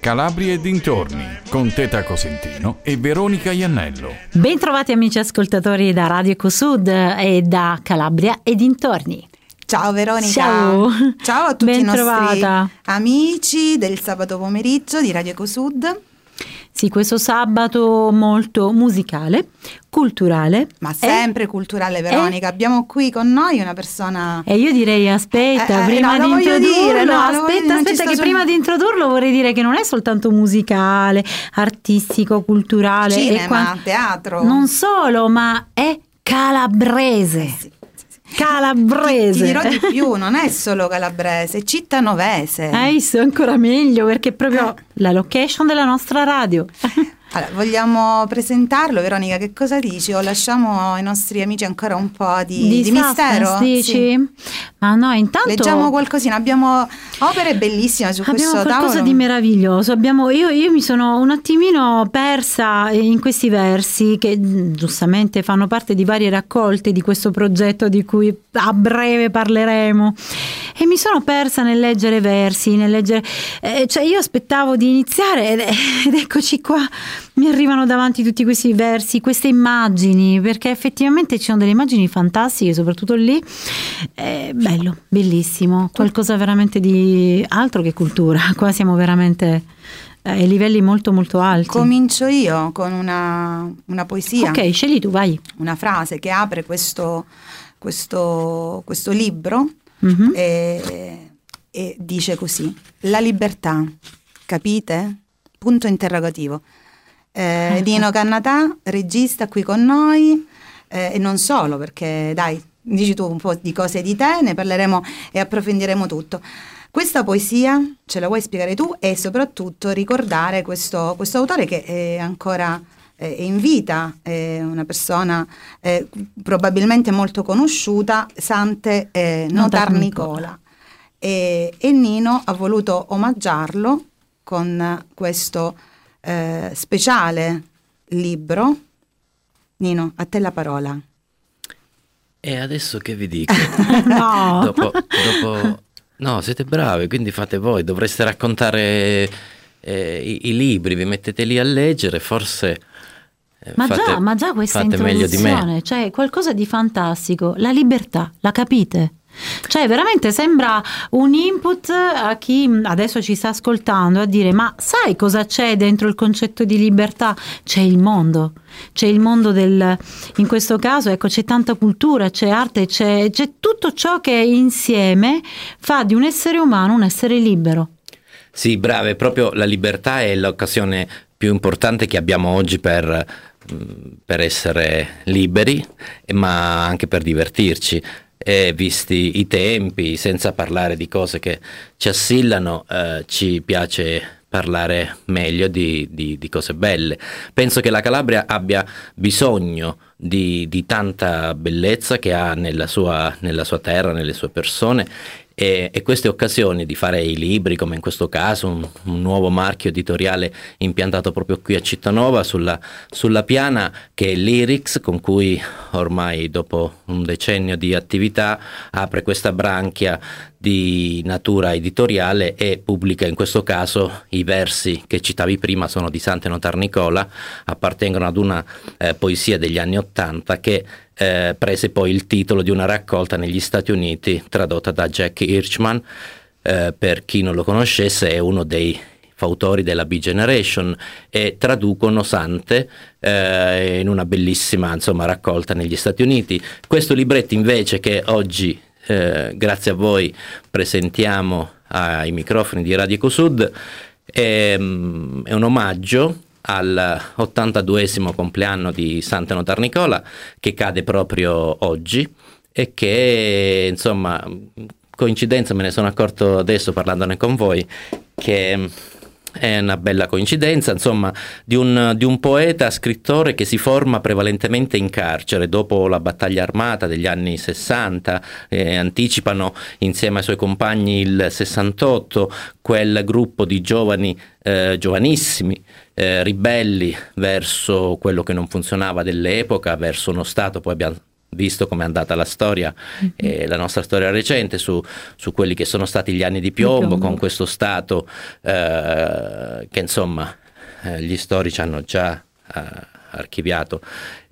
Calabria e dintorni, con Teta Cosentino e Veronica Iannello. Bentrovati amici ascoltatori da Radio Ecosud e da Calabria e dintorni. Ciao Veronica. Ciao a tutti i nostri trovata. Amici del sabato pomeriggio di Radio Ecosud. Sì, questo sabato molto musicale, culturale. Ma sempre culturale, Veronica. Abbiamo qui con noi una persona... E io direi aspetta, prima di introdurlo, aspetta che prima di introdurlo vorrei dire che non è soltanto musicale, artistico, culturale. Cinema, teatro. Non solo, ma è calabrese. Sì. Calabrese. Ti dirò di più, non è solo calabrese, è cittanovese. È ancora meglio perché è proprio la location della nostra radio. Allora, vogliamo presentarlo, Veronica? Che cosa dici? O lasciamo ai nostri amici ancora un po' di mistero? Dici? Sì. Ma no, intanto leggiamo qualcosina, abbiamo opere bellissime su questo tavolo. Abbiamo qualcosa di meraviglioso. Io mi sono un attimino persa in questi versi che giustamente fanno parte di varie raccolte di questo progetto di cui a breve parleremo. E mi sono persa nel leggere versi, cioè io aspettavo di iniziare ed eccoci qua, mi arrivano davanti tutti questi versi, queste immagini, perché effettivamente ci sono delle immagini fantastiche, soprattutto lì, bello, bellissimo, qualcosa veramente di altro che cultura, qua siamo veramente ai livelli molto molto alti. Comincio io con una poesia. Ok, scegli tu, vai. Una frase che apre questo libro. Mm-hmm. E dice così: la libertà, capite? Punto interrogativo. Nino Cannatà, regista qui con noi, e non solo, perché dai, dici tu un po' di cose di te, ne parleremo e approfondiremo tutto. Questa poesia ce la vuoi spiegare tu e soprattutto ricordare questo autore che è ancora è in vita, è una persona probabilmente molto conosciuta, Sante Notar Nicola. E Nino ha voluto omaggiarlo con questo speciale libro. Nino, a te la parola. E adesso che vi dico? No. dopo no, siete bravi, quindi fate voi, dovreste raccontare i libri, vi mettete lì a leggere, forse ma già questa fate meglio di me. Cioè qualcosa di fantastico, la libertà, la capite? Cioè veramente sembra un input a chi adesso ci sta ascoltando a dire: ma sai cosa c'è dentro il concetto di libertà? C'è il mondo in questo caso, ecco, c'è tanta cultura, c'è arte, c'è tutto ciò che insieme fa di un essere umano un essere libero. Sì, brave, proprio la libertà è l'occasione più importante che abbiamo oggi per essere liberi, ma anche per divertirci. E visti i tempi, senza parlare di cose che ci assillano, ci piace parlare meglio di cose belle. Penso che la Calabria abbia bisogno di tanta bellezza che ha nella sua terra, nelle sue persone, e queste occasioni di fare i libri, come in questo caso un nuovo marchio editoriale impiantato proprio qui a Cittanova sulla Piana, che è Lyrics, con cui ormai dopo un decennio di attività apre questa branchia di natura editoriale e pubblica in questo caso i versi che citavi prima, sono di Sante Notar Nicola, appartengono ad una poesia degli anni '80 che prese poi il titolo di una raccolta negli Stati Uniti tradotta da Jack Hirschman. Per chi non lo conoscesse, è uno dei fautori della B-Generation, e traducono Sante in una bellissima raccolta negli Stati Uniti. Questo libretto invece che oggi grazie a voi presentiamo ai microfoni di Radio Ecosud è un omaggio al 82esimo compleanno di Sante Notar Nicola, che cade proprio oggi e che, coincidenza, me ne sono accorto adesso parlandone con voi, che è una bella coincidenza, di un poeta scrittore che si forma prevalentemente in carcere dopo la battaglia armata degli anni 60, anticipano insieme ai suoi compagni il 68, quel gruppo di giovani, giovanissimi, ribelli verso quello che non funzionava dell'epoca, verso uno Stato poi visto come è andata la storia, la nostra storia recente su quelli che sono stati gli anni di piombo, con questo Stato che insomma gli storici hanno già archiviato,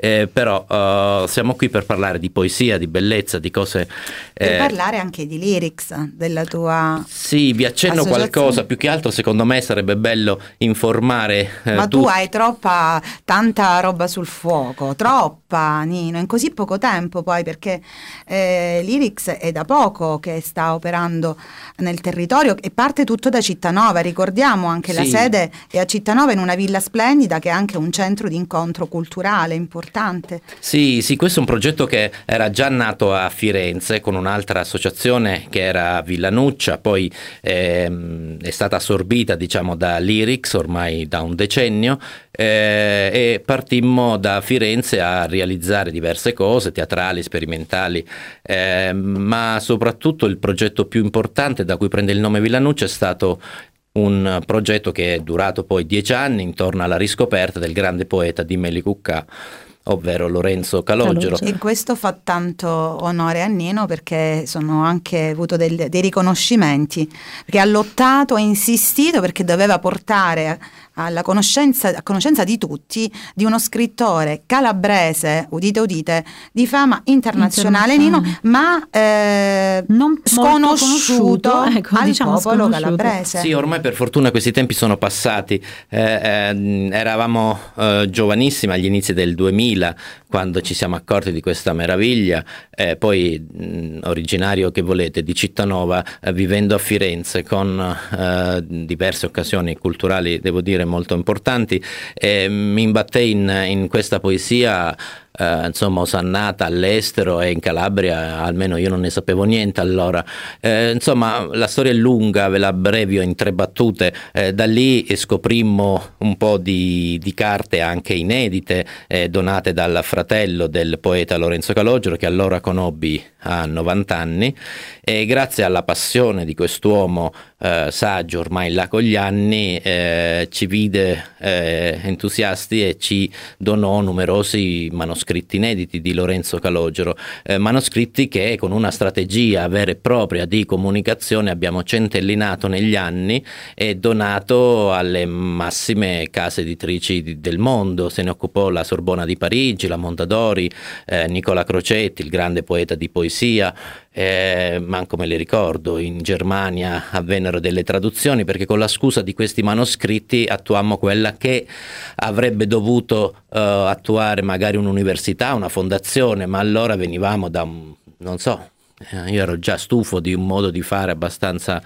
però siamo qui per parlare di poesia, di bellezza, di cose, per parlare anche di lyrics, della tua sì, vi accenno qualcosa, più che altro secondo me sarebbe bello informare ma tu hai tanta roba sul fuoco, troppa, Nino, in così poco tempo poi, perché lyrics è da poco che sta operando nel territorio e parte tutto da Cittanova, ricordiamo anche la sede è a Cittanova, in una villa splendida che è anche un centro di incontro culturale importante. Sì, questo è un progetto che era già nato a Firenze con un'altra associazione che era Villanuccia, poi è stata assorbita diciamo da Lyrics ormai da un decennio, e partimmo da Firenze a realizzare diverse cose teatrali, sperimentali, ma soprattutto il progetto più importante da cui prende il nome Villanuccia è stato un progetto che è durato poi 10 anni intorno alla riscoperta del grande poeta di Melicuccà, ovvero Lorenzo Calogero. E questo fa tanto onore a Nino, perché sono anche avuto dei riconoscimenti, perché ha lottato, ha insistito, perché doveva portare a conoscenza di tutti di uno scrittore calabrese, udite udite, di fama internazionale, Nino, ma non sconosciuto ecco, al diciamo popolo sconosciuto. calabrese. Sì, ormai per fortuna questi tempi sono passati, eravamo giovanissimi agli inizi del 2000 quando ci siamo accorti di questa meraviglia, poi originario che volete di Cittanova, vivendo a Firenze con diverse occasioni culturali devo dire molto importanti, mi imbattei in questa poesia insomma osannata all'estero, e in Calabria almeno io non ne sapevo niente allora, insomma la storia è lunga, ve la abbrevio in 3 battute. Da lì scoprimmo un po' di carte anche inedite, donate dal fratello del poeta Lorenzo Calogero, che allora conobbi a 90 anni, e grazie alla passione di quest'uomo saggio ormai là con gli anni, ci vide entusiasti e ci donò numerosi manoscritti inediti di Lorenzo Calogero, manoscritti che con una strategia vera e propria di comunicazione abbiamo centellinato negli anni e donato alle massime case editrici del mondo. Se ne occupò la Sorbona di Parigi, la Mondadori, Nicola Crocetti, il grande poeta di poesia, manco me le ricordo. In Germania avvennero delle traduzioni, perché con la scusa di questi manoscritti attuammo quella che avrebbe dovuto attuare magari un'università, una fondazione, ma allora venivamo da non so, io ero già stufo di un modo di fare abbastanza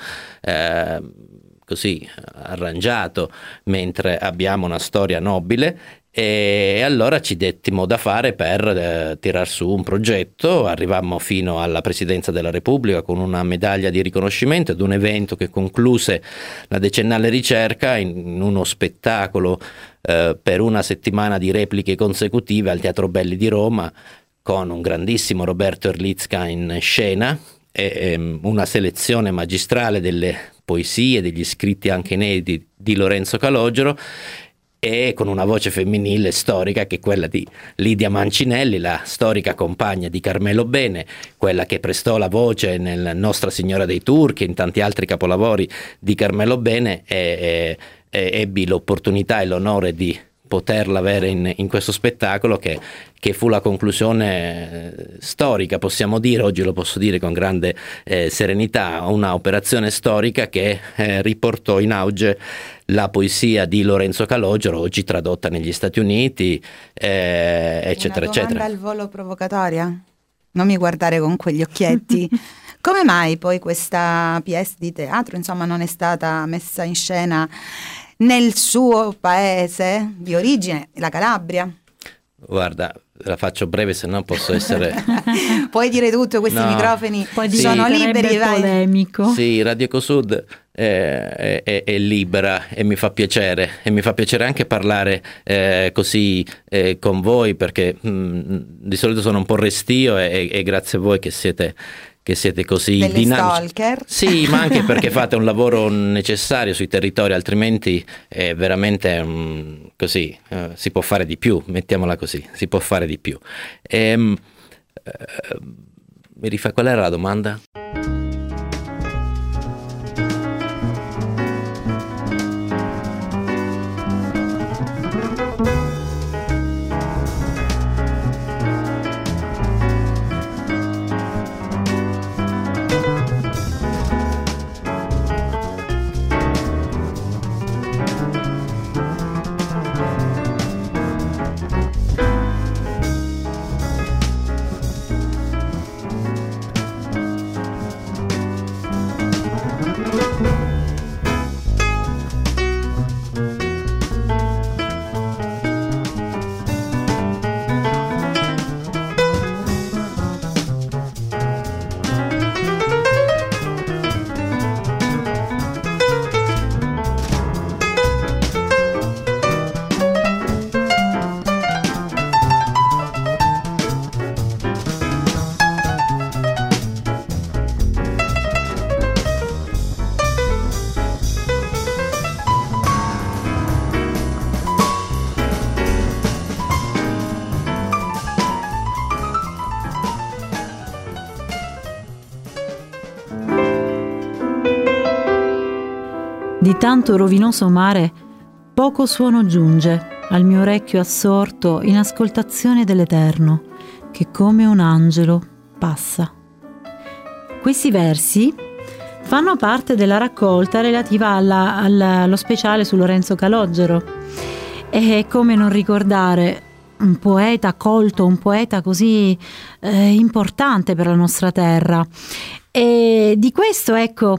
così arrangiato, mentre abbiamo una storia nobile. E allora ci dettimo da fare per tirar su un progetto. Arrivammo fino alla Presidenza della Repubblica con una medaglia di riconoscimento ad un evento che concluse la decennale ricerca in uno spettacolo per una settimana di repliche consecutive al Teatro Belli di Roma, con un grandissimo Roberto Erlitzka in scena e una selezione magistrale delle poesie, degli scritti anche inediti di Lorenzo Calogero, e con una voce femminile storica che è quella di Lidia Mancinelli, la storica compagna di Carmelo Bene, quella che prestò la voce nel Nostra Signora dei Turchi e in tanti altri capolavori di Carmelo Bene, e ebbi l'opportunità e l'onore di poterla avere in questo spettacolo che fu la conclusione storica, possiamo dire, oggi lo posso dire con grande serenità, una operazione storica che riportò in auge la poesia di Lorenzo Calogero, oggi tradotta negli Stati Uniti, eccetera, eccetera. Una domanda al volo provocatoria? Non mi guardare con quegli occhietti. Come mai poi questa pièce di teatro, insomma, non è stata messa in scena nel suo paese di origine, la Calabria? Guarda, la faccio breve, se no posso essere... Puoi dire tutto, questi microfoni sono liberi, vai. Polemico. Sì, Radio Ecosud è libera e mi fa piacere anche parlare così con voi, perché di solito sono un po' restio e grazie a voi che siete così delle dinamici. Stalker. Sì, ma anche perché fate un lavoro necessario sui territori, altrimenti è veramente così, si può fare di più, mettiamola così, si può fare di più. Mi rifai qual era la domanda? Di tanto rovinoso mare poco suono giunge al mio orecchio assorto in ascoltazione dell'Eterno, che come un angelo passa. Questi versi fanno parte della raccolta relativa allo speciale su Lorenzo Calogero. E come non ricordare un poeta colto, un poeta così importante per la nostra terra. E di questo, ecco,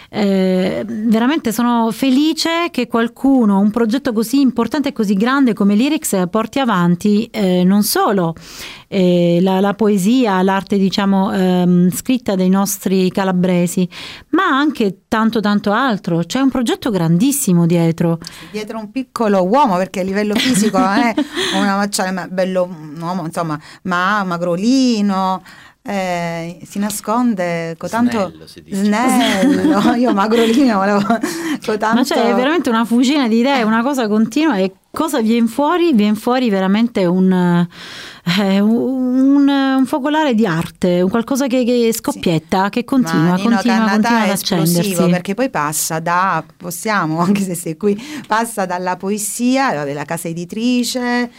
veramente sono felice che qualcuno un progetto così importante e così grande come Lyrics porti avanti non solo la poesia, l'arte diciamo scritta dei nostri calabresi, ma anche tanto altro. C'è un progetto grandissimo dietro un piccolo uomo, perché a livello fisico non è una macciale, ma bello un uomo, insomma, ma magrolino. Si nasconde con tanto snello, io magrolino volevo con tanto... Ma c'è veramente una fucina di idee, una cosa continua, e cosa viene fuori? Viene fuori veramente un focolare di arte, un qualcosa che scoppietta, sì, che continua ad accendersi, perché poi passa possiamo, anche se sei qui, passa dalla poesia della casa editrice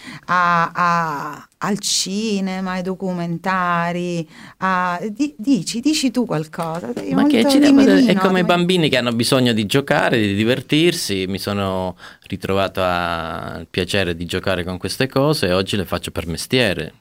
al cinema, ai documentari, dici tu qualcosa. Ma che è come i bambini che hanno bisogno di giocare, di divertirsi. Mi sono ritrovato al piacere di giocare con queste cose e oggi le faccio per mestiere.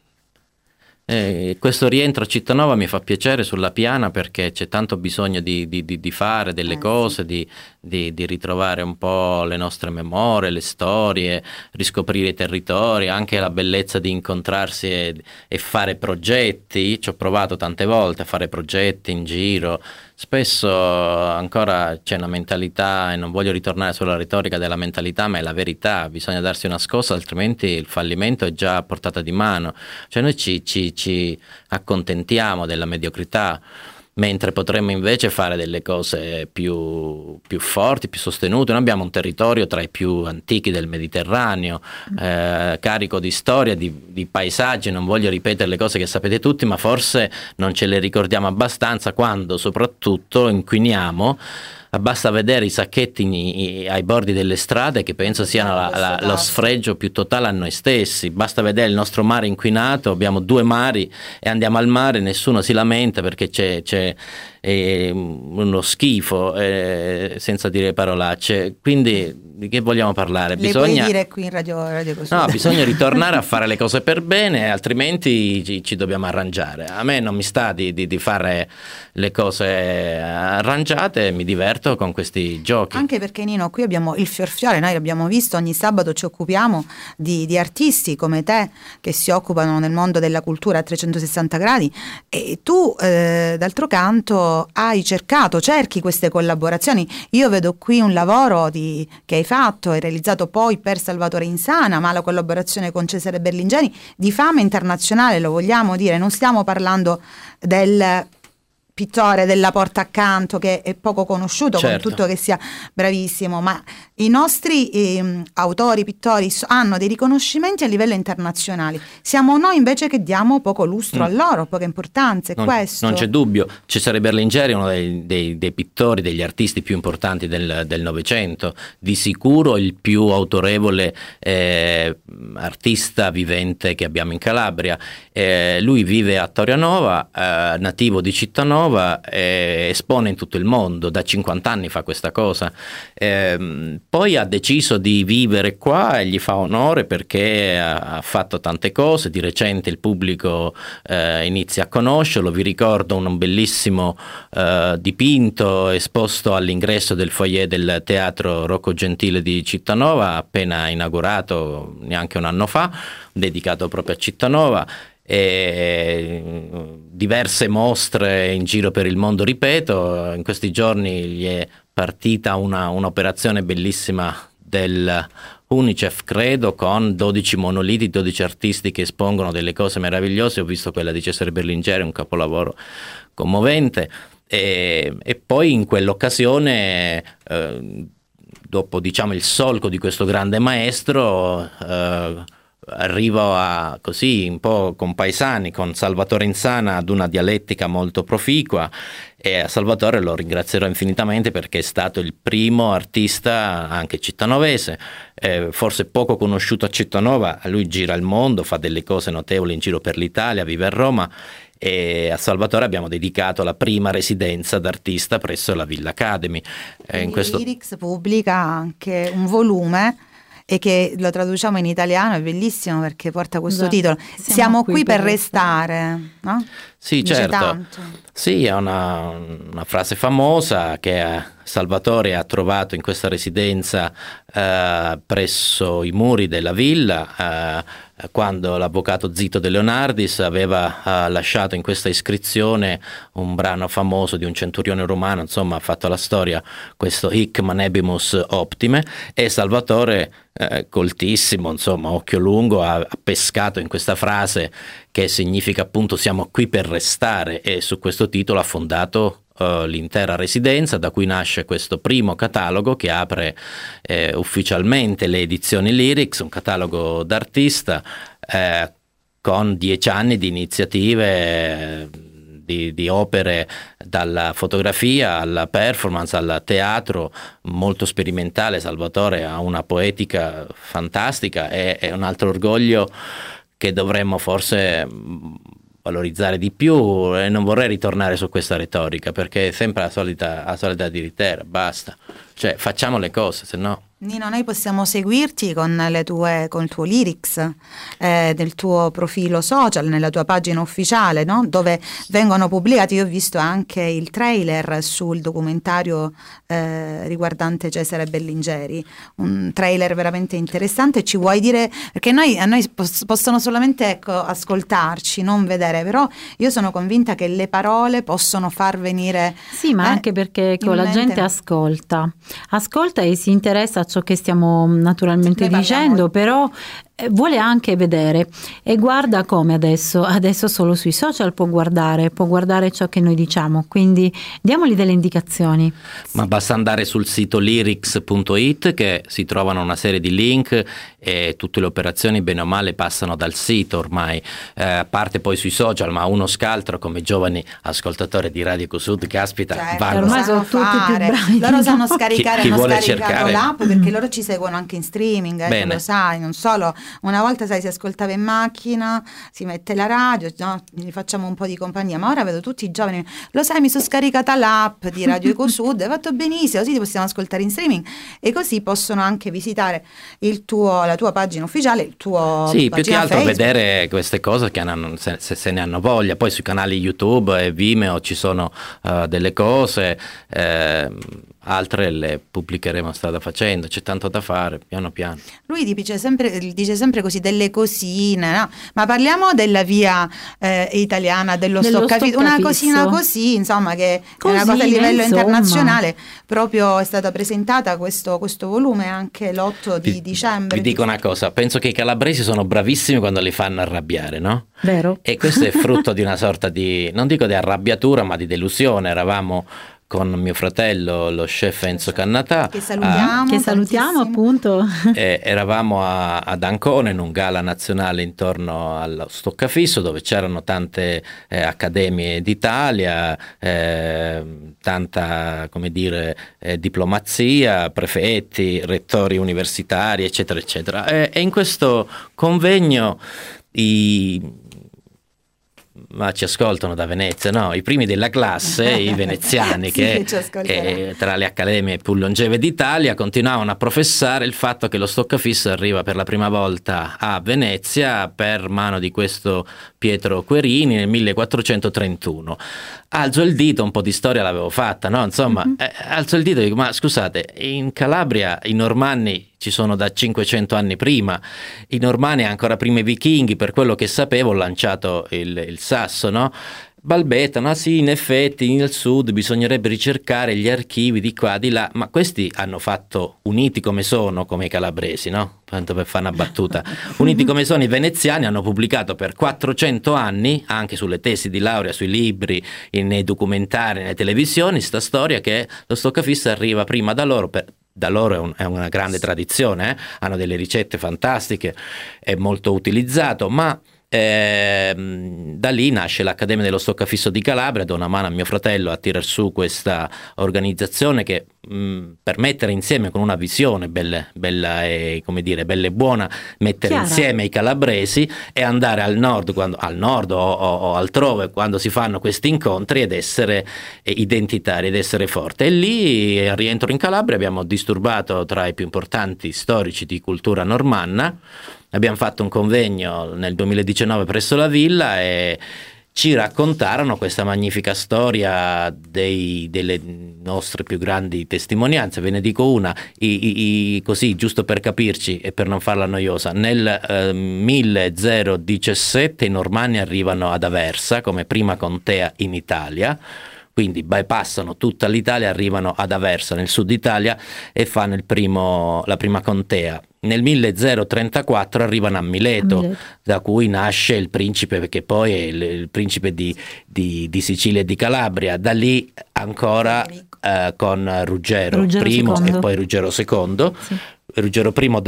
Questo rientro a Cittanova mi fa piacere sulla Piana, perché c'è tanto bisogno di fare delle cose, di ritrovare un po' le nostre memorie, le storie, riscoprire i territori, anche la bellezza di incontrarsi e fare progetti. Ci ho provato tante volte a fare progetti in giro. Spesso ancora c'è una mentalità, e non voglio ritornare sulla retorica della mentalità, ma è la verità, bisogna darsi una scossa, altrimenti il fallimento è già a portata di mano. Cioè noi ci accontentiamo della mediocrità, mentre potremmo invece fare delle cose più forti, più sostenute. Noi abbiamo un territorio tra i più antichi del Mediterraneo, carico di storia, di paesaggi. Non voglio ripetere le cose che sapete tutti, ma forse non ce le ricordiamo abbastanza quando soprattutto inquiniamo. Basta vedere i sacchetti ai bordi delle strade, che penso siano lo sfregio più totale a noi stessi. Basta vedere il nostro mare inquinato, abbiamo 2 mari e andiamo al mare, nessuno si lamenta perché c'è uno schifo, senza dire parolacce. Quindi di che vogliamo parlare? Puoi dire qui in radio così? No, bisogna ritornare a fare le cose per bene, altrimenti ci dobbiamo arrangiare. A me non mi sta di fare le cose arrangiate, mi diverto con questi giochi. Anche perché, Nino, qui abbiamo il fiorfiore, noi abbiamo visto, ogni sabato ci occupiamo di artisti come te che si occupano nel mondo della cultura a 360 gradi, e tu d'altro canto cerchi queste collaborazioni. Io vedo qui un lavoro che hai fatto e realizzato poi per Salvatore Insana, ma la collaborazione con Cesare Berlingeni di fama internazionale, lo vogliamo dire, non stiamo parlando del pittore della Porta Accanto, che è poco conosciuto, certo, con tutto che sia bravissimo, ma i nostri autori, pittori hanno dei riconoscimenti a livello internazionale. Siamo noi invece che diamo poco lustro a loro, poca importanza, è questo. Non c'è dubbio. Cesare Berlingeri è uno dei pittori, degli artisti più importanti del Novecento, di sicuro il più autorevole artista vivente che abbiamo in Calabria. Lui vive a Torianova, nativo di Cittanova, espone in tutto il mondo, da 50 anni fa questa cosa. Poi ha deciso di vivere qua e gli fa onore perché ha fatto tante cose. Di recente il pubblico inizia a conoscerlo. Vi ricordo un bellissimo dipinto esposto all'ingresso del foyer del Teatro Rocco Gentile di Cittanova, appena inaugurato neanche un anno fa, dedicato proprio a Cittanova. E diverse mostre in giro per il mondo, ripeto. In questi giorni gli è partita un'operazione bellissima del UNICEF, credo, con 12 monoliti, 12 artisti che espongono delle cose meravigliose. Ho visto quella di Cesare Berlingeri, un capolavoro commovente, e poi in quell'occasione, dopo diciamo il solco di questo grande maestro, arrivo così un po' compaesani con Salvatore Insana ad una dialettica molto proficua, e a Salvatore lo ringrazierò infinitamente perché è stato il primo artista anche cittanovese, forse poco conosciuto a Cittanova. Lui gira il mondo, fa delle cose notevoli in giro per l'Italia, vive a Roma, e a Salvatore abbiamo dedicato la prima residenza d'artista presso la Villa Academy. Lyrics pubblica anche un volume, e che lo traduciamo in italiano, è bellissimo perché porta questo titolo, Siamo qui per restare, no? Sì, dice certo. Tanto. Sì, è una frase famosa che Salvatore ha trovato in questa residenza presso i muri della villa, quando l'avvocato Zito De Leonardis aveva lasciato in questa iscrizione un brano famoso di un centurione romano. Insomma, ha fatto la storia questo hic manebimus optime, e Salvatore, coltissimo, insomma, occhio lungo, ha pescato in questa frase, che significa appunto siamo qui per restare, e su questo titolo ha fondato l'intera residenza, da cui nasce questo primo catalogo che apre ufficialmente le edizioni Lyrics, un catalogo d'artista con 10 anni di iniziative, di opere, dalla fotografia alla performance al teatro, molto sperimentale. Salvatore ha una poetica fantastica, e è un altro orgoglio che dovremmo forse valorizzare di più, e non vorrei ritornare su questa retorica perché è sempre la solita tiritera. Basta, cioè facciamo le cose, se no. Nino, noi possiamo seguirti con il tuo Lyrics, nel tuo profilo social, nella tua pagina ufficiale, no? Dove vengono pubblicati. Io ho visto anche il trailer sul documentario riguardante Cesare Berlingeri, un trailer veramente interessante. Ci vuoi dire, perché a noi possono solamente ascoltarci, non vedere, però io sono convinta che le parole possono far venire. Sì, ma anche perché la gente ascolta e si interessa a ciò che stiamo naturalmente dicendo, però vuole anche vedere, e guarda come adesso solo sui social può guardare ciò che noi diciamo, quindi diamogli delle indicazioni. Ma basta andare sul sito lyrics.it, che si trovano una serie di link, e tutte le operazioni bene o male passano dal sito ormai, a parte poi sui social, ma uno scaltro come giovani ascoltatori di Radio Ecosud, caspita, certo, ormai sono tutti più bravi. Loro sanno scaricare, chi hanno vuole scaricato cercare l'app, perché loro ci seguono anche in streaming, tu lo sai, non solo. Una volta, sai, si ascoltava in macchina, si mette la radio, no? Gli facciamo un po' di compagnia, ma ora vedo tutti i giovani, lo sai, mi sono scaricata l'app di Radio Ecosud, hai fatto benissimo, così ti possiamo ascoltare in streaming, e così possono anche visitare la tua pagina ufficiale, il tuo sì, più che altro Facebook. Vedere queste cose che se ne hanno voglia. Poi sui canali YouTube e Vimeo ci sono delle cose, altre le pubblicheremo strada facendo, c'è tanto da fare, piano piano. Lui dice sempre così delle cosine, no? Ma parliamo della via italiana, dello stoccafisso, una cosina così, insomma, che così, è una cosa a livello internazionale. Proprio è stata presentata questo volume anche l'8 di dicembre. Vi dico una cosa, penso che i calabresi sono bravissimi quando li fanno arrabbiare, no? Vero. E questo è frutto di una sorta di, non dico di arrabbiatura, ma di delusione. Eravamo con mio fratello, lo chef Enzo Cannatà, che salutiamo appunto. Eravamo ad Ancona in un gala nazionale intorno allo stoccafisso, dove c'erano tante accademie d'Italia, tanta, come dire, diplomazia, prefetti, rettori universitari, eccetera, eccetera. E in questo convegno ma ci ascoltano da Venezia, no? I primi della classe, i veneziani, sì, che tra le accademie più longeve d'Italia, continuavano a professare il fatto che lo stoccafisso arriva per la prima volta a Venezia per mano di questo Pietro Querini nel 1431. Alzo il dito, un po' di storia l'avevo fatta, no? Insomma, alzo il dito e dico, ma scusate, in Calabria i normanni ci sono da 500 anni prima, i normanni ancora prima i vichinghi, per quello che sapevo ho lanciato il sasso, no? Balbettano, sì, in effetti nel sud bisognerebbe ricercare gli archivi di qua, di là, ma questi hanno fatto, uniti come sono, come i calabresi, no? Tanto per fare una battuta, uniti come sono i veneziani, hanno pubblicato per 400 anni, anche sulle tesi di laurea, sui libri, nei documentari, nelle televisioni, sta storia che lo stoccafisso arriva prima da loro, da loro è una grande tradizione, hanno delle ricette fantastiche, è molto utilizzato, ma da lì nasce l'Accademia dello Stoccafisso di Calabria, do una mano a mio fratello a tirar su questa organizzazione che per mettere insieme con una visione bella e, come dire, bella e buona, mettere insieme i calabresi e andare al nord o altrove quando si fanno questi incontri ed essere identitari ed essere forti. E lì, al rientro in Calabria, abbiamo disturbato tra i più importanti storici di cultura normanna. Abbiamo fatto un convegno nel 2019 presso la villa e ci raccontarono questa magnifica storia delle nostre più grandi testimonianze. Ve ne dico una, così giusto per capirci e per non farla noiosa. Nel 1017 i normanni arrivano ad Aversa come prima contea in Italia, quindi bypassano tutta l'Italia, arrivano ad Aversa nel sud Italia e fanno la prima contea. Nel 1034 arrivano a Mileto, da cui nasce il principe, perché poi è il principe di Sicilia e di Calabria. Da lì ancora con Ruggero I e poi Ruggero II. Sì. Ruggero I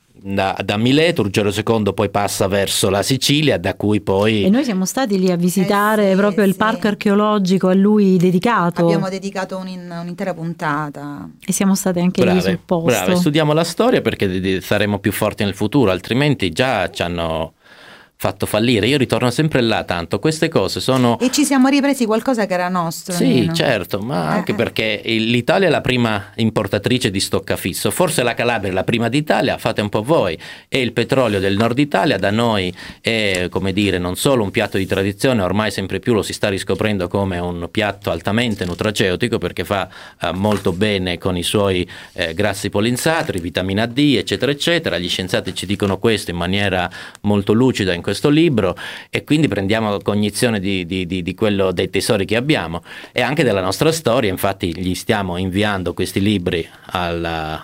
da Mileto, Ruggero II poi passa verso la Sicilia, da cui poi... E noi siamo stati lì a visitare proprio il parco archeologico a lui dedicato. Abbiamo dedicato un'intera puntata. E siamo stati anche lì sul posto. Brave, studiamo la storia perché saremo più forti nel futuro, altrimenti già ci hanno fatto fallire. Io ritorno sempre là, tanto queste cose sono... E ci siamo ripresi qualcosa che era nostro. Sì, almeno. Certo, ma anche perché l'Italia è la prima importatrice di stoccafisso, forse la Calabria è la prima d'Italia, fate un po' voi, e il petrolio del nord Italia da noi è, come dire, non solo un piatto di tradizione, ormai sempre più lo si sta riscoprendo come un piatto altamente nutraceutico, perché fa molto bene con i suoi grassi polinsaturi, vitamina D, eccetera eccetera. Gli scienziati ci dicono questo in maniera molto lucida in questo libro, e quindi prendiamo cognizione di quello, dei tesori che abbiamo e anche della nostra storia. Infatti gli stiamo inviando questi libri al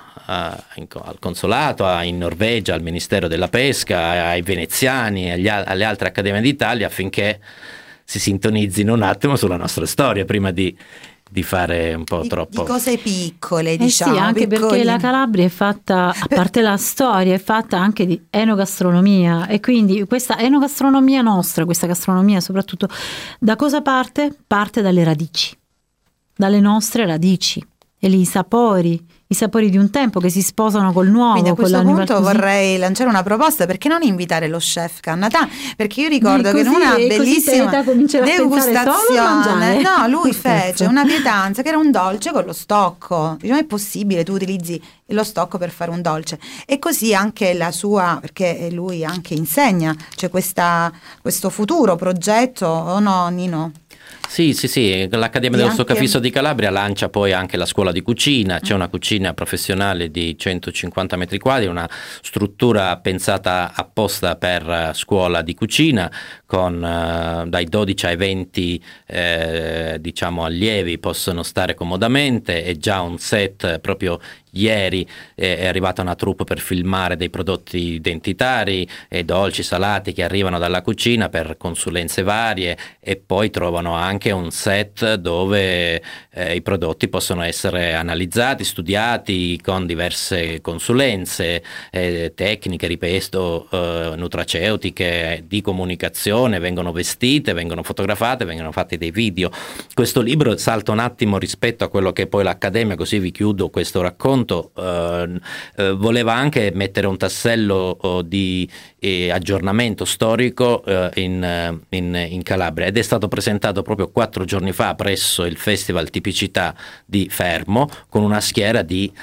consolato, in Norvegia, al Ministero della Pesca, ai veneziani, alle altre accademie d'Italia, affinché si sintonizzino un attimo sulla nostra storia prima di fare un po' troppo di cose piccole, diciamo. Sì, anche perché la Calabria è fatta, a parte la storia, è fatta anche di enogastronomia, e quindi questa enogastronomia nostra, questa gastronomia soprattutto, da cosa parte? Parte dalle radici, dalle nostre radici, e lì i sapori di un tempo che si sposano col nuovo. Quindi a questo punto vorrei lanciare una proposta: perché non invitare lo chef Cannatà? Perché io ricordo che in una bellissima degustazione, no, lui fece una pietanza che era un dolce con lo stocco. Diciamo, è possibile, tu utilizzi lo stocco per fare un dolce, e così anche la sua, perché lui anche insegna, c'è questo futuro progetto, o no, Nino? Sì, l'Accademia dello Stoccafisso di Calabria lancia poi anche la scuola di cucina, c'è una cucina professionale di 150 metri quadri, una struttura pensata apposta per scuola di cucina con dai 12 ai 20 diciamo allievi possono stare comodamente, è già un set proprio. Ieri è arrivata una troupe per filmare dei prodotti identitari e dolci, salati che arrivano dalla cucina per consulenze varie, e poi trovano anche un set dove i prodotti possono essere analizzati, studiati con diverse consulenze tecniche, ripeto, nutraceutiche, di comunicazione, vengono vestite, vengono fotografate, vengono fatti dei video. Questo libro salta un attimo rispetto a quello che è poi l'Accademia, così vi chiudo questo racconto. Voleva anche mettere un tassello di aggiornamento storico in Calabria, ed è stato presentato proprio 4 giorni fa presso il Festival Tipicità di Fermo, con una schiera di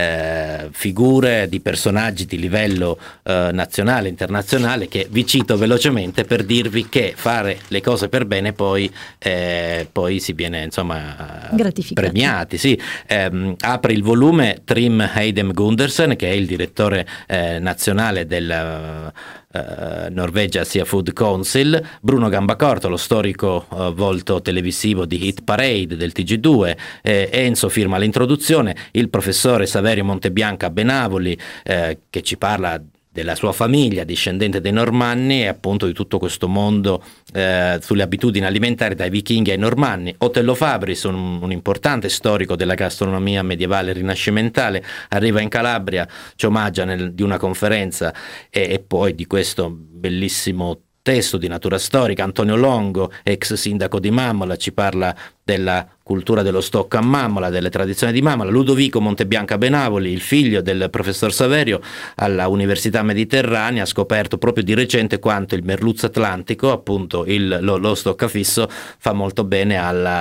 figure, di personaggi di livello nazionale, internazionale, che vi cito velocemente per dirvi che fare le cose per bene poi si viene insomma premiati. Sì. Apre il volume Trym Heidem Gundersen, che è il direttore nazionale del Norvegia Sea Food Council, Bruno Gambacorto, lo storico volto televisivo di Hit Parade del TG2, Enzo firma l'introduzione, il professore Saverio Montebianca Benavoli che ci parla della sua famiglia, discendente dei Normanni, e appunto di tutto questo mondo sulle abitudini alimentari dai vichinghi ai Normanni. Otello Fabris, un importante storico della gastronomia medievale rinascimentale, arriva in Calabria, ci omaggia di una conferenza e poi di questo bellissimo testo di natura storica. Antonio Longo, ex sindaco di Mammola, ci parla della cultura dello stocco a Mammola, delle tradizioni di Mammola. Ludovico Montebianca Benavoli, il figlio del professor Saverio, alla Università Mediterranea ha scoperto proprio di recente quanto il merluzzo atlantico, appunto lo stoccafisso, fa molto bene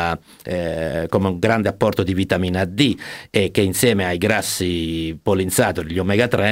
come un grande apporto di vitamina D, e che insieme ai grassi polinsaturi, gli omega 3,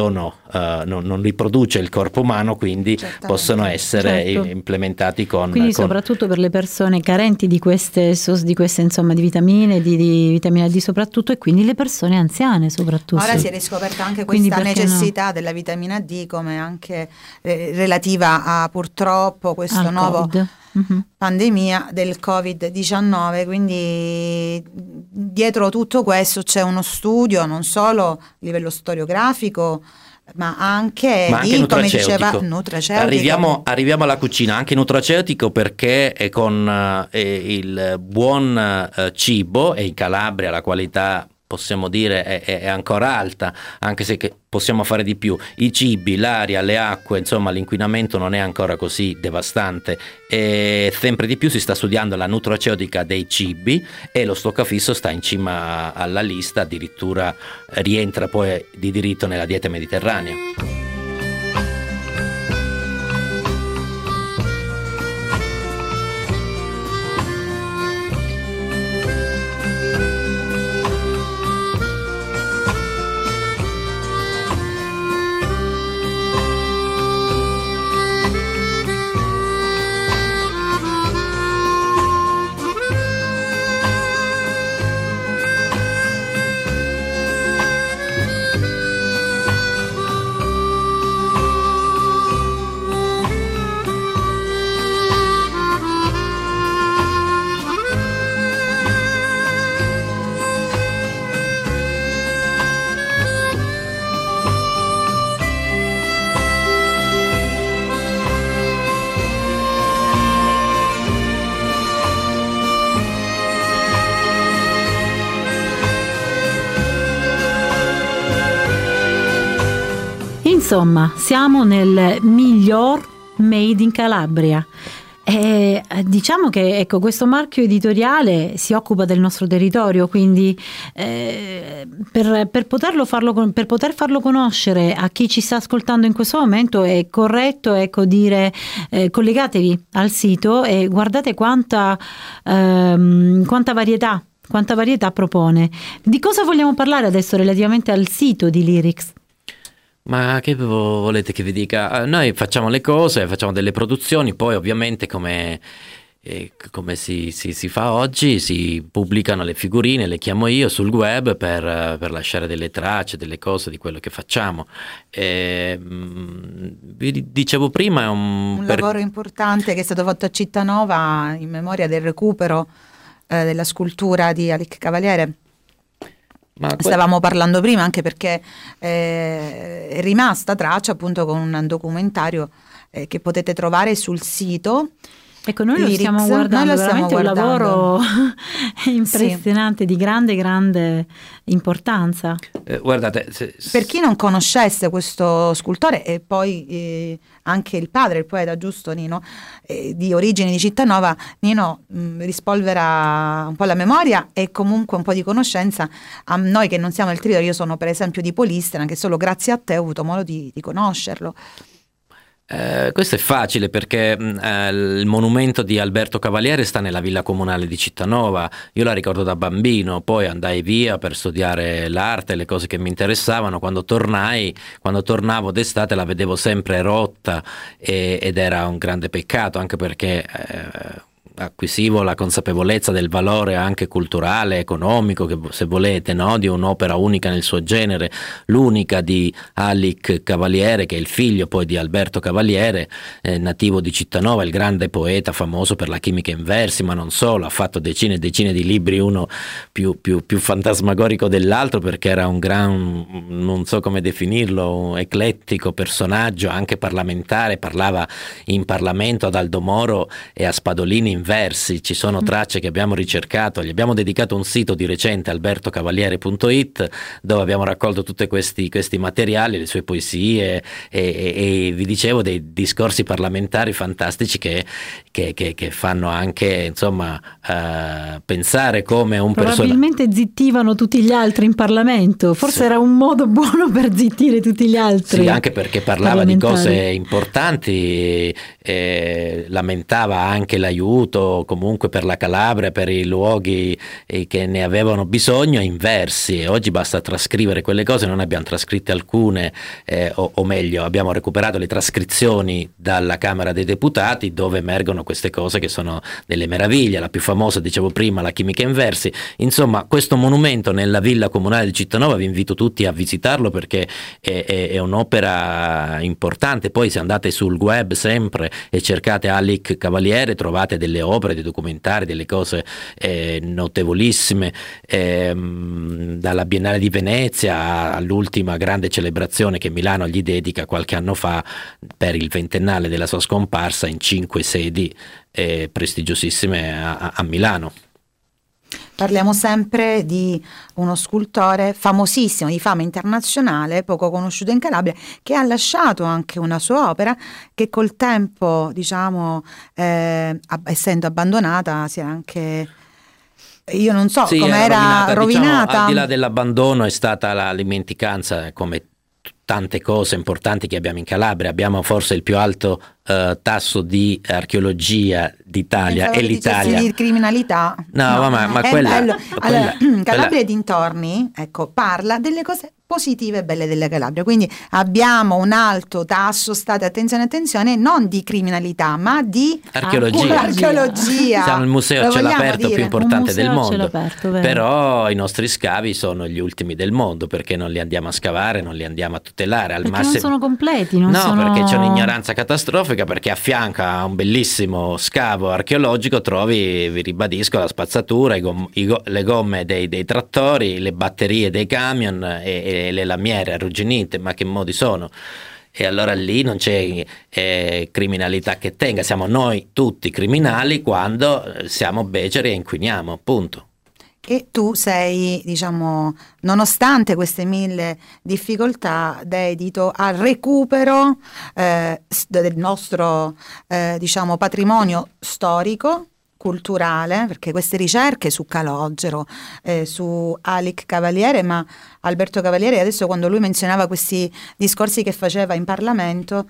non riproduce il corpo umano, quindi possono essere implementati quindi soprattutto per le persone carenti di queste insomma di vitamine, di vitamina D soprattutto, e quindi le persone anziane soprattutto. Ora si è riscoperta anche questa necessità della vitamina D, come anche relativa a purtroppo questo nuovo pandemia del Covid-19, quindi dietro tutto questo c'è uno studio non solo a livello storiografico, ma anche come diceva, nutraceutico. Arriviamo alla cucina, anche nutraceutico, perché con il buon cibo, e in Calabria la qualità, possiamo dire, è ancora alta, anche se possiamo fare di più. I cibi, l'aria, le acque, insomma l'inquinamento non è ancora così devastante, e sempre di più si sta studiando la nutraceutica dei cibi, e lo stoccafisso sta in cima alla lista, addirittura rientra poi di diritto nella dieta mediterranea. Insomma, siamo nel miglior Made in Calabria. E diciamo che ecco, questo marchio editoriale si occupa del nostro territorio, quindi per poter farlo conoscere a chi ci sta ascoltando in questo momento è corretto, ecco, dire collegatevi al sito e guardate quanta varietà propone. Di cosa vogliamo parlare adesso relativamente al sito di Lyrics? Ma che volete che vi dica? Noi facciamo le cose, facciamo delle produzioni, poi ovviamente come come si fa oggi, si pubblicano le figurine, le chiamo io sul web per lasciare delle tracce, delle cose di quello che facciamo. Vi dicevo prima, è un lavoro importante che è stato fatto a Cittanova in memoria del recupero della scultura di Alic Cavaliere. Stavamo parlando prima anche perché è rimasta traccia appunto con un documentario che potete trovare sul sito. Ecco, noi lo stiamo guardando, veramente un lavoro impressionante, sì, di grande importanza. Guardate, per chi non conoscesse questo scultore, e poi anche il padre, il poeta, giusto Nino, di origini di Cittanova, Nino rispolvera un po' la memoria e comunque un po' di conoscenza a noi che non siamo il trio. Io sono per esempio di Polistena, che solo grazie a te ho avuto modo di conoscerlo. Questo è facile perché il monumento di Alberto Cavaliere sta nella villa comunale di Cittanova. Io la ricordo da bambino, poi andai via per studiare l'arte, le cose che mi interessavano. Quando tornavo d'estate la vedevo sempre rotta ed era un grande peccato, anche perché acquisivo la consapevolezza del valore anche culturale, economico, che se volete, no? Di un'opera unica nel suo genere, l'unica di Alic Cavaliere, che è il figlio poi di Alberto Cavaliere, nativo di Cittanova, il grande poeta famoso per la chimica in versi, ma non solo, ha fatto decine e decine di libri, uno più fantasmagorico dell'altro, perché era un gran, non so come definirlo, un eclettico personaggio, anche parlamentare, parlava in Parlamento ad Aldo Moro e a Spadolini in versi. Ci sono tracce che abbiamo ricercato, gli abbiamo dedicato un sito di recente, albertocavaliere.it, dove abbiamo raccolto tutti questi materiali, le sue poesie e vi dicevo dei discorsi parlamentari fantastici che fanno anche, insomma, pensare come un probabilmente zittivano tutti gli altri in Parlamento, forse sì, era un modo buono per zittire tutti gli altri. Sì, anche perché parlava di cose importanti, lamentava anche l'aiuto comunque per la Calabria, per i luoghi che ne avevano bisogno in versi, e oggi basta trascrivere quelle cose. Noi ne abbiamo trascritte alcune, o meglio abbiamo recuperato le trascrizioni dalla Camera dei Deputati, dove emergono queste cose che sono delle meraviglie. La più famosa, dicevo prima, la chimica in versi. Insomma, questo monumento nella villa comunale di Cittanova, vi invito tutti a visitarlo perché è un'opera importante. Poi se andate sul web sempre e cercate Alic Cavaliere trovate delle opere, dei documentari, delle cose notevolissime, dalla Biennale di Venezia all'ultima grande celebrazione che Milano gli dedica qualche anno fa per il ventennale della sua scomparsa, in 5 sedi prestigiosissime a Milano. Parliamo sempre di uno scultore famosissimo, di fama internazionale, poco conosciuto in Calabria, che ha lasciato anche una sua opera che col tempo, diciamo, essendo abbandonata, si è anche... Io non so sì, come era rovinata. Diciamo, al di là dell'abbandono è stata la dimenticanza, come tante cose importanti che abbiamo in Calabria. Abbiamo forse il più alto tasso di archeologia d'Italia e l'Italia di criminalità. No. Ma quella, allora, Calabria e dintorni, ecco, parla delle cose positive e belle della Calabria, quindi abbiamo un alto tasso, state attenzione, non di criminalità ma di archeologia. Siamo il museo a cielo aperto più importante del mondo, aperto, però i nostri scavi sono gli ultimi del mondo, perché non li andiamo a scavare, non li andiamo a tutelare, al perché massimo non sono completi, perché c'è un'ignoranza catastrofica, perché a fianco a un bellissimo scavo archeologico trovi, vi ribadisco, la spazzatura, le gomme dei trattori, le batterie dei camion e le lamiere arrugginite. Ma che modi sono? E allora lì non c'è criminalità che tenga, siamo noi tutti criminali quando siamo beceri e inquiniamo, punto. E tu sei, diciamo, nonostante queste 1000 difficoltà, dedito al recupero del nostro, diciamo, patrimonio storico, culturale, perché queste ricerche su Calogero, su Alic Cavaliere, ma Alberto Cavaliere adesso quando lui menzionava questi discorsi che faceva in Parlamento,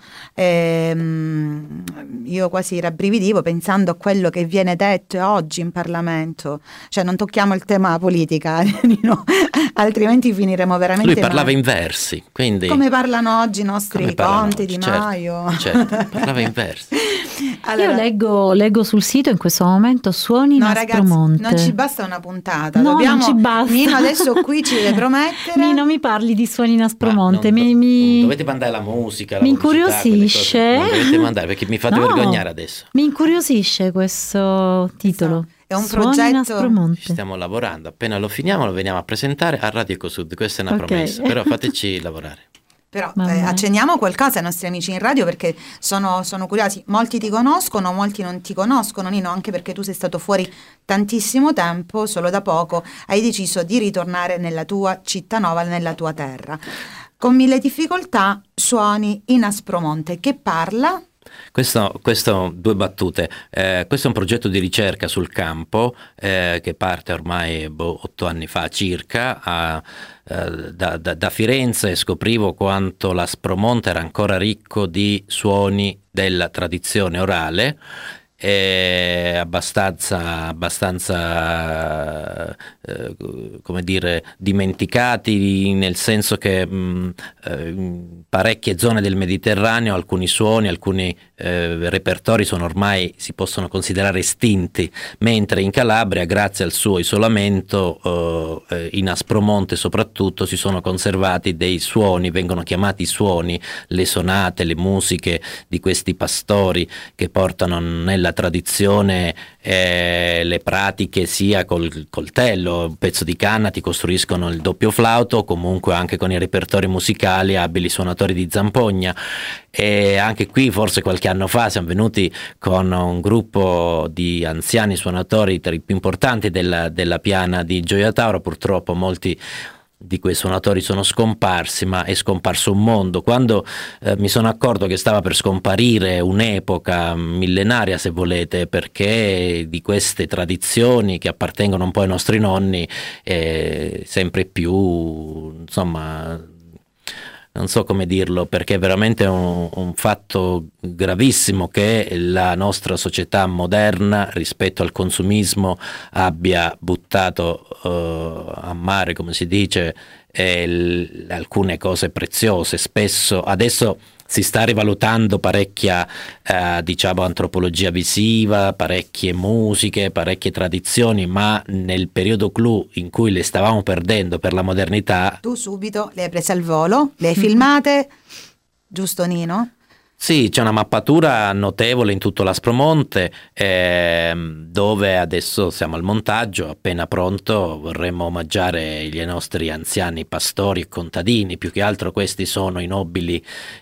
io quasi rabbrividivo pensando a quello che viene detto oggi in Parlamento, cioè non tocchiamo il tema politica, no? Altrimenti finiremo veramente Lui parlava male. in versi, quindi Come parlano oggi i nostri Conte, Di certo, Maio. certo, parlava in versi. Io leggo sul sito in questo momento suoni No, Aspromonte. ragazzi, non ci basta una puntata. No, Dobbiamo... non ci basta. Nino adesso qui ci deve promettere. Nino, mi parli di suoni in Aspromonte. Ma non mi dovete mandare la musica, la mi pubblicità, quelle incuriosisce. cose. Non dovete mandare perché mi fate No, vergognare adesso. Mi incuriosisce questo titolo. È un Suoni in progetto- Aspromonte. Ci stiamo lavorando, appena lo finiamo lo veniamo a presentare a Radio Ecosud, questa è una Ok. promessa, però fateci lavorare. Però Vabbè. accenniamo qualcosa ai nostri amici in radio perché sono curiosi. Molti ti conoscono, molti non ti conoscono, Nino, anche perché tu sei stato fuori tantissimo tempo, solo da poco hai deciso di ritornare nella tua città nuova, nella tua terra. Con mille difficoltà suoni in Aspromonte, che parla... Questo due battute. Questo è un progetto di ricerca sul campo che parte ormai 8 anni fa circa. Da Firenze scoprivo quanto l'Aspromonte era ancora ricco di suoni della tradizione orale. Abbastanza come dire, dimenticati, nel senso che in parecchie zone del Mediterraneo alcuni suoni, alcuni repertori sono ormai, si possono considerare estinti, mentre in Calabria, grazie al suo isolamento, in Aspromonte soprattutto, si sono conservati dei suoni, vengono chiamati suoni, le sonate, le musiche di questi pastori che portano nella tradizione le pratiche sia col coltello, un pezzo di canna, ti costruiscono il doppio flauto, o comunque anche con i repertori musicali abili suonatori di zampogna. E anche qui forse qualche anno fa siamo venuti con un gruppo di anziani suonatori tra i più importanti della piana di Gioia Tauro. Purtroppo molti di quei suonatori sono scomparsi, ma è scomparso un mondo. Quando mi sono accorto che stava per scomparire un'epoca millenaria, se volete, perché di queste tradizioni che appartengono un po' ai nostri nonni sempre più, insomma, non so come dirlo, perché è veramente un fatto gravissimo che la nostra società moderna rispetto al consumismo abbia buttato a mare, come si dice, alcune cose preziose. Spesso adesso si sta rivalutando parecchia diciamo antropologia visiva, parecchie musiche, parecchie tradizioni, ma nel periodo clou in cui le stavamo perdendo per la modernità. Tu subito le hai prese al volo, le hai filmate, giusto Nino? Sì, c'è una mappatura notevole in tutto l'Aspromonte, dove adesso siamo al montaggio, appena pronto vorremmo omaggiare i nostri anziani pastori e contadini. Più che altro questi sono i nobili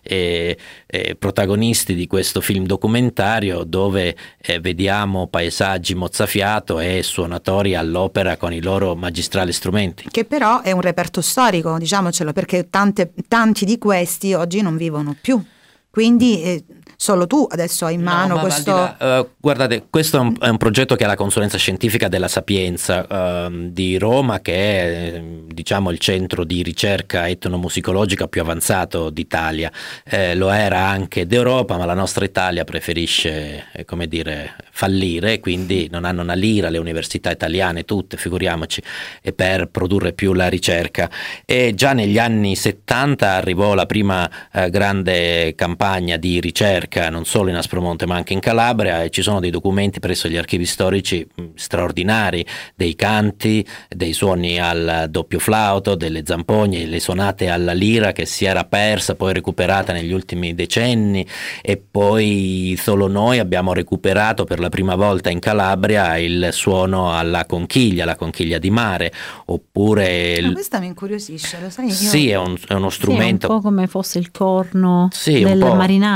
protagonisti di questo film documentario, dove vediamo paesaggi mozzafiato e suonatori all'opera con i loro magistrali strumenti. Che però è un reperto storico, diciamocelo, perché tanti di questi oggi non vivono più. Quindi solo tu adesso hai in mano questo... guardate, questo è un progetto che ha la consulenza scientifica della Sapienza di Roma, che è diciamo il centro di ricerca etnomusicologica più avanzato d'Italia. Lo era anche d'Europa, ma la nostra Italia preferisce, come dire, fallire, quindi non hanno una lira le università italiane, tutte, figuriamoci, per produrre più la ricerca. E già negli anni 70 arrivò la prima grande campagna di ricerca, non solo in Aspromonte ma anche in Calabria, e ci sono dei documenti presso gli archivi storici straordinari, dei canti, dei suoni al doppio flauto, delle zampogne, le sonate alla lira che si era persa, poi recuperata negli ultimi decenni, e poi solo noi abbiamo recuperato per la prima volta in Calabria il suono alla conchiglia, la conchiglia di mare, oppure questa mi incuriosisce, lo sai? Sì, è uno strumento. Sì, è un po' come fosse il corno sì, del marinaio,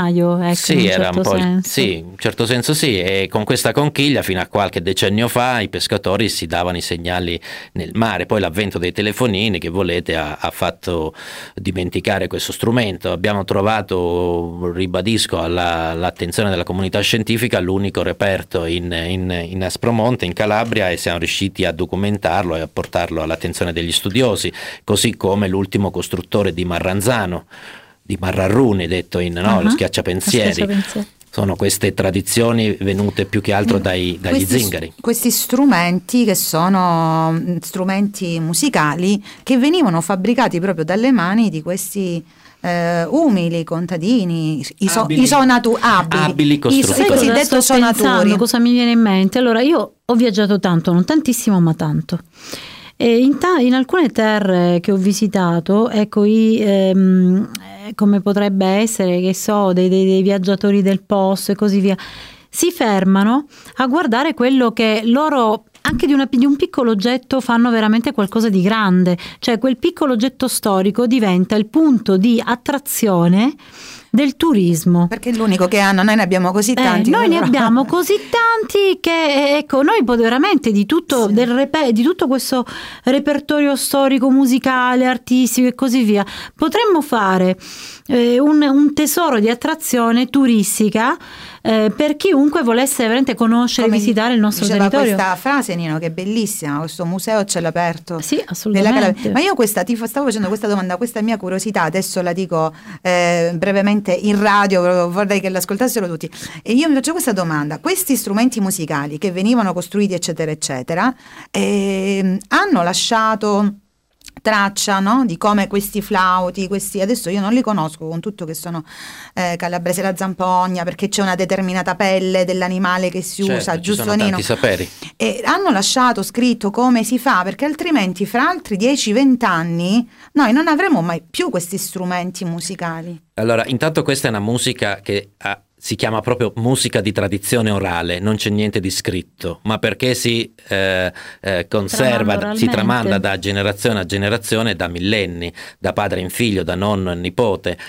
ecco, Sì, in un era certo un po' senso. sì, in un certo senso sì, e con questa conchiglia fino a qualche decennio fa i pescatori si davano i segnali nel mare, poi l'avvento dei telefonini che volete ha fatto dimenticare questo strumento. Abbiamo trovato, ribadisco, all'attenzione della comunità scientifica l'unico reperto in Aspromonte, in Calabria, e siamo riusciti a documentarlo e a portarlo all'attenzione degli studiosi, così come l'ultimo costruttore di Marranzano, di Marrarruni, detto lo Lo schiacciapensieri. schiacciapensieri. Sono queste tradizioni venute più che altro dagli zingari. Questi strumenti che sono strumenti musicali che venivano fabbricati proprio dalle mani di questi umili contadini, abili costruttori. i cosiddetti Sto suonatori. pensando, cosa mi viene in mente? Allora, io ho viaggiato tanto, non tantissimo, ma tanto. E in alcune terre che ho visitato, ecco, come potrebbe essere, che so, dei viaggiatori del posto e così via, si fermano a guardare quello che loro, anche di un piccolo oggetto, fanno veramente qualcosa di grande. Cioè quel piccolo oggetto storico diventa il punto di attrazione del turismo. Perché è l'unico che hanno, noi ne abbiamo così tanti. Noi ne abbiamo così tanti che, ecco, noi veramente di tutto, Sì. di tutto questo repertorio storico, musicale, artistico e così via, potremmo fare un tesoro di attrazione turistica per chiunque volesse veramente conoscere e visitare il nostro diceva territorio. Questa frase, Nino, che è bellissima, questo museo a cielo aperto. Sì, assolutamente. Ma io ti stavo facendo questa domanda, questa è mia curiosità, adesso la dico brevemente in radio, vorrei che l'ascoltassero tutti. E io mi faccio questa domanda: questi strumenti musicali che venivano costruiti eccetera eccetera, hanno lasciato traccia, no? Di come questi flauti, adesso io non li conosco, con tutto che sono calabrese, la zampogna, perché c'è una determinata pelle dell'animale che si usa, Ci giusto, sono Nino? tanti saperi. E hanno lasciato scritto come si fa, perché altrimenti fra altri 10-20 anni noi non avremo mai più questi strumenti musicali. Allora, intanto questa è una musica che si chiama proprio musica di tradizione orale, non c'è niente di scritto, ma perché si conserva, si tramanda da generazione a generazione, da millenni, da padre in figlio, da nonno a nipote.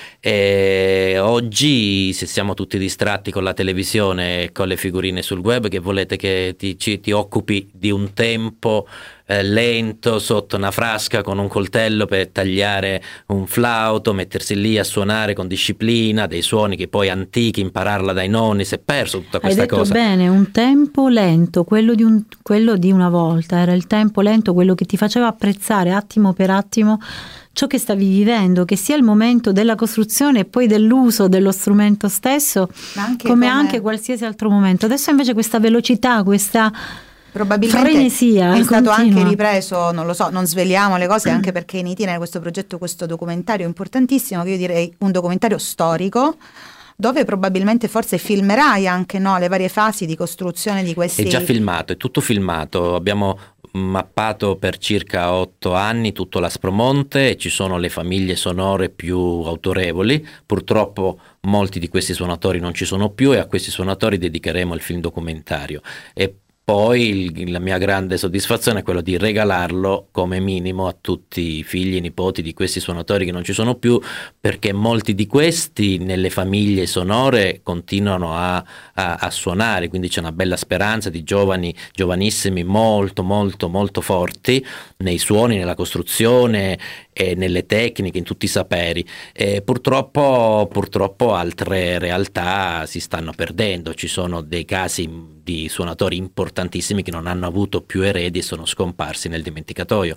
E oggi, se siamo tutti distratti con la televisione e con le figurine sul web, che volete che ti occupi di un tempo lento sotto una frasca con un coltello per tagliare un flauto, mettersi lì a suonare con disciplina dei suoni che poi antichi, impararla dai nonni, si è perso tutta questa cosa. Hai detto bene, un tempo lento, quello di una volta, era il tempo lento, quello che ti faceva apprezzare attimo per attimo ciò che stavi vivendo, che sia il momento della costruzione e poi dell'uso dello strumento stesso, come anche qualsiasi altro momento. Adesso invece questa velocità, questa probabilmente frenesia è stato continua. anche ripreso, non lo so, non sveliamo le cose, anche perché in itinere questo progetto, questo documentario importantissimo, che io direi un documentario storico, dove probabilmente forse filmerai anche, no, le varie fasi di costruzione di questi. È già filmato, è tutto filmato. Abbiamo mappato per circa 8 anni tutto l'Aspromonte e ci sono le famiglie sonore più autorevoli. Purtroppo molti di questi suonatori non ci sono più e a questi suonatori dedicheremo il film documentario. E poi la mia grande soddisfazione è quello di regalarlo come minimo a tutti i figli e nipoti di questi suonatori che non ci sono più, perché molti di questi nelle famiglie sonore continuano a suonare, quindi c'è una bella speranza di giovanissimi molto molto molto forti nei suoni, nella costruzione e nelle tecniche, in tutti i saperi. E purtroppo altre realtà si stanno perdendo, ci sono dei casi di suonatori importantissimi che non hanno avuto più eredi e sono scomparsi nel dimenticatoio.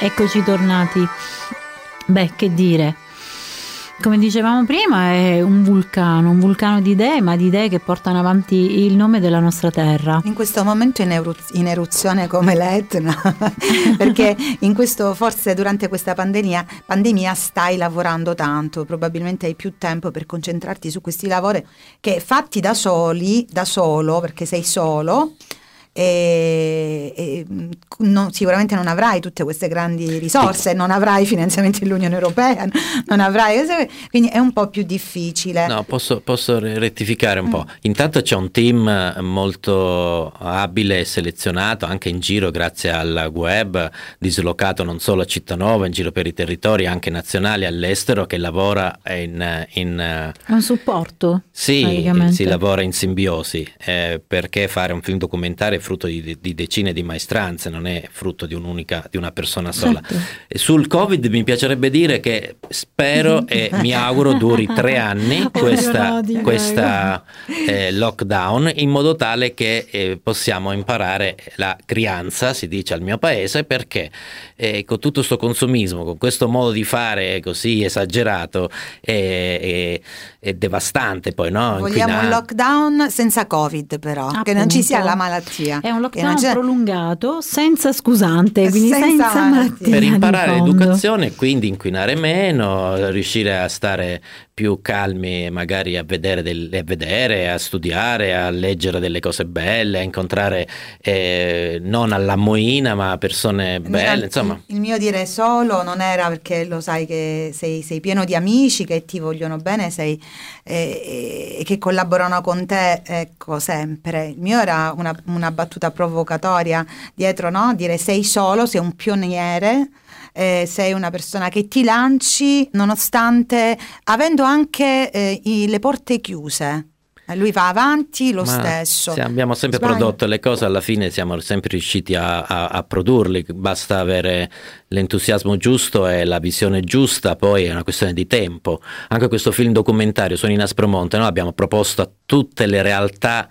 Eccoci tornati. Beh, che dire, come dicevamo prima, è un vulcano di idee, ma di idee che portano avanti il nome della nostra terra. In questo momento in eruzione come l'Etna, perché forse durante questa pandemia stai lavorando tanto, probabilmente hai più tempo per concentrarti su questi lavori che fatti da solo, perché sei solo. Sicuramente non avrai tutte queste grandi risorse, non avrai finanziamenti dell'Unione Europea, non avrai, quindi è un po' più difficile. No, posso rettificare un po'. Intanto c'è un team molto abile e selezionato anche in giro grazie al web, dislocato non solo a Cittanova, in giro per i territori anche nazionali, all'estero, che lavora in un supporto. Sì, si lavora in simbiosi, perché fare un film documentario è frutto di decine di maestranze, non è frutto di una persona sola. Certo. E sul Covid mi piacerebbe dire che spero e mi auguro duri 3 anni questa lockdown, in modo tale che possiamo imparare la crianza, si dice al mio paese, perché con tutto questo consumismo, con questo modo di fare così esagerato è devastante, poi, no? Vogliamo un lockdown senza Covid, però, appunto, che non ci sia la malattia. È un lockdown prolungato, senza scusante, quindi senza malattia. Per imparare l'educazione e quindi inquinare meno, riuscire a stare più calmi, magari a vedere, a studiare, a leggere delle cose belle, a incontrare non alla moina ma persone belle, insomma. Il mio dire solo non era perché lo sai che sei pieno di amici che ti vogliono bene, che collaborano con te, ecco, sempre. Il mio era una battuta provocatoria dietro, no? Dire sei solo, sei un pioniere. Sei una persona che ti lanci nonostante avendo anche le porte chiuse. Lui va avanti lo stesso. Abbiamo sempre prodotto le cose, alla fine siamo sempre riusciti a produrli, basta avere l'entusiasmo giusto e la visione giusta, poi è una questione di tempo. Anche questo film documentario Suoni in Aspromonte, noi abbiamo proposto a tutte le realtà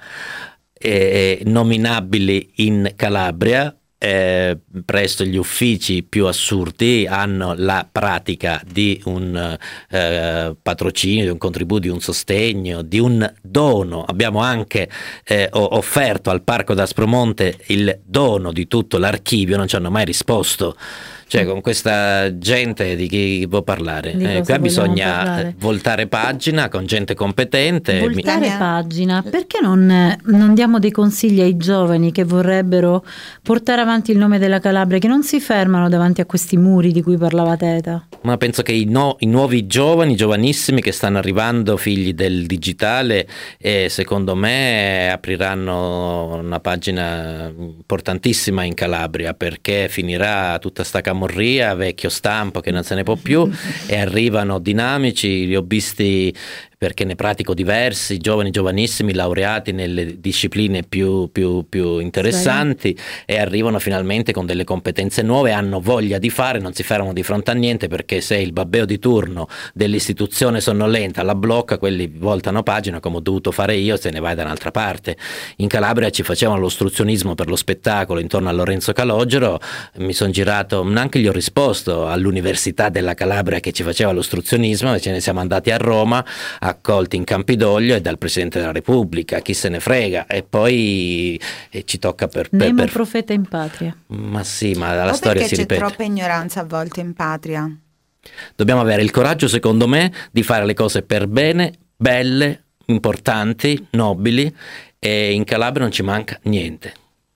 nominabili in Calabria. Presto gli uffici più assurdi hanno la pratica di un patrocinio, di un contributo, di un sostegno, di un dono. Abbiamo anche offerto al Parco d'Aspromonte il dono di tutto l'archivio, non ci hanno mai risposto. Cioè, con questa gente di chi può parlare? Qua bisogna voltare pagina con gente competente. Voltare pagina, perché non diamo dei consigli ai giovani che vorrebbero portare avanti il nome della Calabria, che non si fermano davanti a questi muri di cui parlava Teta? Ma penso che i nuovi giovanissimi che stanno arrivando, figli del digitale, secondo me apriranno una pagina importantissima in Calabria, perché finirà tutta sta camorria, vecchio stampo che non se ne può più, e arrivano dinamici, li ho visti perché ne pratico diversi, giovanissimi, laureati nelle discipline più interessanti, e arrivano finalmente con delle competenze nuove, hanno voglia di fare, non si fermano di fronte a niente, perché se il babbeo di turno dell'istituzione sonnolenta la blocca, quelli voltano pagina come ho dovuto fare io, se ne vai da un'altra parte. In Calabria ci facevano l'ostruzionismo per lo spettacolo intorno a Lorenzo Calogero, mi sono girato, neanche gli ho risposto all'Università della Calabria che ci faceva l'ostruzionismo, e ce ne siamo andati a Roma, accolti in Campidoglio e dal Presidente della Repubblica, chi se ne frega, e poi ci tocca Nemo profeta in patria. Ma sì, ma la storia si ripete. Perché c'è troppa ignoranza a volte in patria. Dobbiamo avere il coraggio, secondo me, di fare le cose per bene, belle, importanti, nobili, e in Calabria non ci manca niente.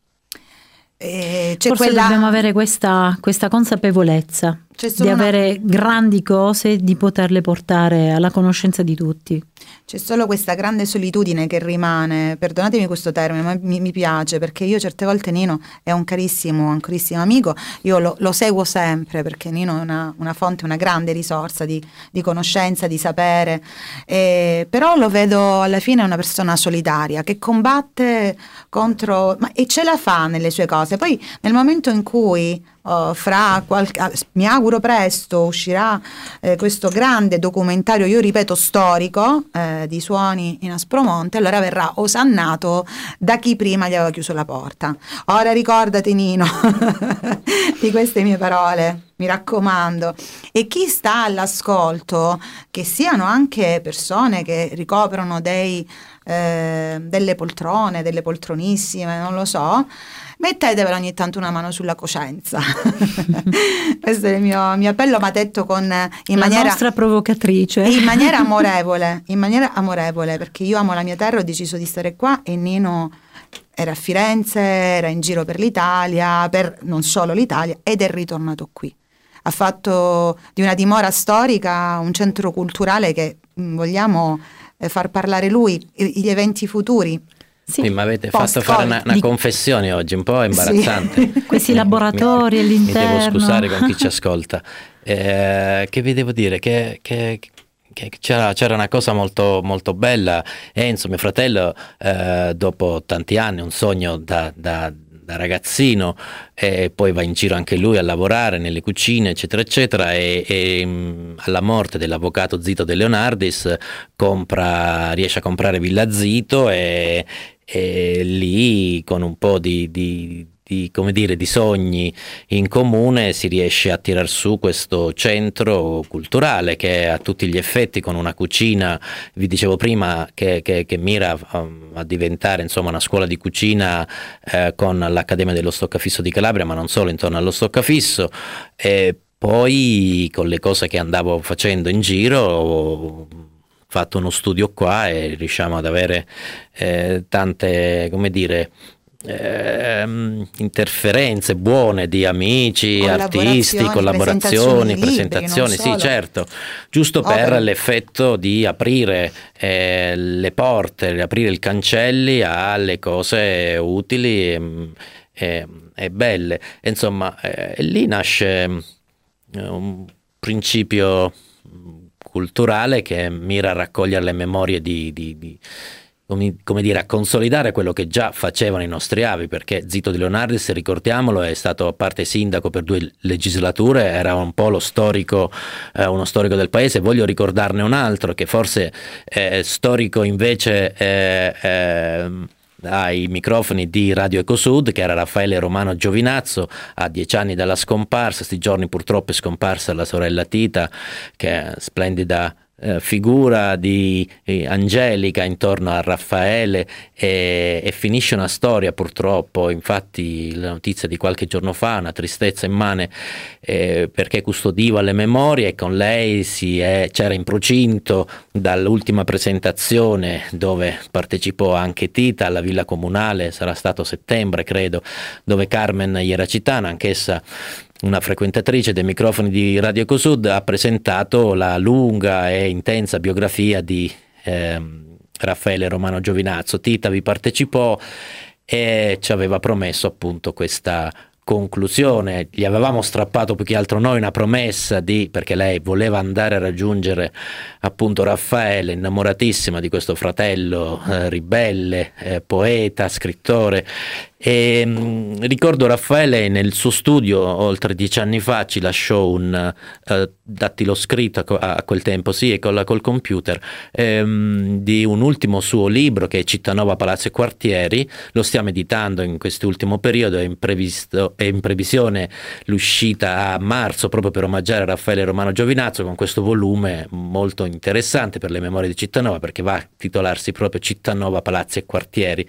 Forse dobbiamo avere questa consapevolezza di avere grandi cose, di poterle portare alla conoscenza di tutti. C'è solo questa grande solitudine che rimane, perdonatemi questo termine, ma mi piace, perché io certe volte Nino è un carissimo amico, io lo seguo sempre, perché Nino è una fonte, una grande risorsa di conoscenza, di sapere, però lo vedo alla fine una persona solitaria che combatte contro, e ce la fa nelle sue cose. Poi nel momento in cui mi auguro presto uscirà questo grande documentario, io ripeto storico, di Suoni in Aspromonte, allora verrà osannato da chi prima gli aveva chiuso la porta. Ora ricordati, Nino, di queste mie parole. mi raccomando. E chi sta all'ascolto, che siano anche persone che ricoprono delle poltrone, delle poltronissime, non lo so, mettetevela ogni tanto una mano sulla coscienza. Questo è il mio appello, ma detto in maniera nostra provocatrice, in maniera amorevole, perché io amo la mia terra, ho deciso di stare qua e Nino era a Firenze, era in giro per l'Italia, per non solo l'Italia, ed è ritornato qui. Ha fatto di una dimora storica un centro culturale che vogliamo far parlare lui, gli eventi futuri. Sì, mi avete fatto fare una confessione oggi, un po' imbarazzante. Sì. Questi laboratori all'interno. Mi devo scusare con chi ci ascolta. Che vi devo dire? Che c'era una cosa molto, molto bella. Enzo, mio fratello, dopo tanti anni, un sogno da ragazzino, e poi va in giro anche lui a lavorare nelle cucine, eccetera eccetera, e alla morte dell'avvocato Zito De Leonardis riesce a comprare Villa Zito, e lì, con un po' di sogni in comune, si riesce a tirar su questo centro culturale che a tutti gli effetti, con una cucina, vi dicevo prima, che mira a diventare insomma una scuola di cucina con l'Accademia dello Stoccafisso di Calabria, ma non solo intorno allo Stoccafisso. E poi, con le cose che andavo facendo in giro, ho fatto uno studio qua e riusciamo ad avere tante, come dire, interferenze buone di amici, artisti, collaborazioni, presentazioni, sì, certo, giusto per l'effetto di aprire le porte, aprire i cancelli alle cose utili e belle. Insomma, lì nasce un principio culturale che mira a raccogliere le memorie come dire, a consolidare quello che già facevano i nostri avi, perché Zito De Leonardis, ricordiamolo, è stato, a parte sindaco per 2 legislature, era un po' uno storico del paese. Voglio ricordarne un altro che forse è storico invece ai microfoni di Radio Ecosud, che era Raffaele Romano Giovinazzo, a 10 anni dalla scomparsa. Sti giorni purtroppo è scomparsa la sorella Tita, che è splendida figura di Angelica intorno a Raffaele, e finisce una storia, purtroppo. Infatti la notizia di qualche giorno fa, una tristezza immane, perché custodiva le memorie, e con lei c'era in procinto dall'ultima presentazione, dove partecipò anche Tita, alla Villa Comunale, sarà stato settembre credo, dove Carmen Ieracitana, anch'essa una frequentatrice dei microfoni di Radio Ecosud, ha presentato la lunga e intensa biografia di Raffaele Romano Giovinazzo. Tita vi partecipò e ci aveva promesso appunto questa conclusione. Gli avevamo strappato più che altro noi una promessa perché lei voleva andare a raggiungere appunto Raffaele, innamoratissima di questo fratello ribelle, poeta, scrittore. E ricordo Raffaele nel suo studio oltre 10 anni fa ci lasciò un dattiloscritto a quel tempo, sì, e col computer, di un ultimo suo libro che è Cittanova, Palazzi e Quartieri. Lo stiamo editando in quest'ultimo periodo, è in previsione l'uscita a marzo, proprio per omaggiare Raffaele Romano Giovinazzo, con questo volume molto interessante per le memorie di Cittanova, perché va a titolarsi proprio Cittanova, Palazzi e Quartieri.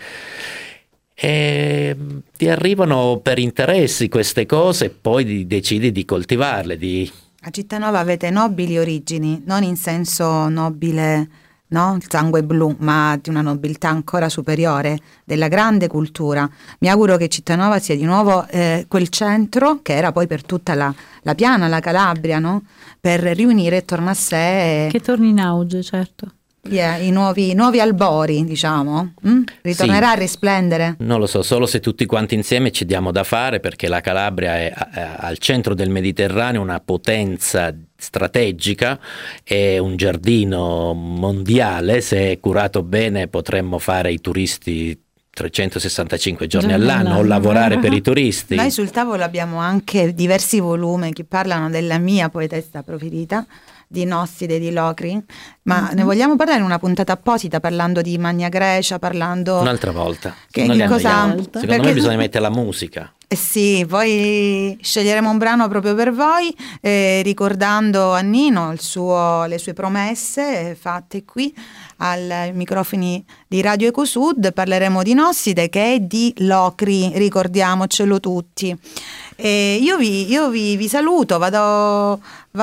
E ti arrivano per interessi queste cose, e poi decidi di coltivarle. A Cittanova avete nobili origini, non in senso nobile, no? Il sangue blu, ma di una nobiltà ancora superiore, della grande cultura. Mi auguro che Cittanova sia di nuovo quel centro che era poi per tutta la piana, la Calabria, no? Per riunire attorno a sé, che torni in auge, certo. I nuovi albori, diciamo, ritornerà a risplendere. Non lo so, solo se tutti quanti insieme ci diamo da fare, perché la Calabria è al centro del Mediterraneo, una potenza strategica, è un giardino mondiale. Se curato bene potremmo fare i turisti 365 giorni all'anno, o lavorare per i turisti. Noi sul tavolo abbiamo anche diversi volumi che parlano della mia poetessa preferita, di Nosside, di Locri, ma ne vogliamo parlare in una puntata apposita, parlando di Magna Grecia, parlando... Un'altra volta. Secondo me bisogna mettere la musica. Sì, poi sceglieremo un brano proprio per voi, ricordando a Nino le sue promesse fatte qui ai microfoni di Radio Ecosud. Parleremo di Nosside, che è di Locri, ricordiamocelo tutti. Io vi saluto, vado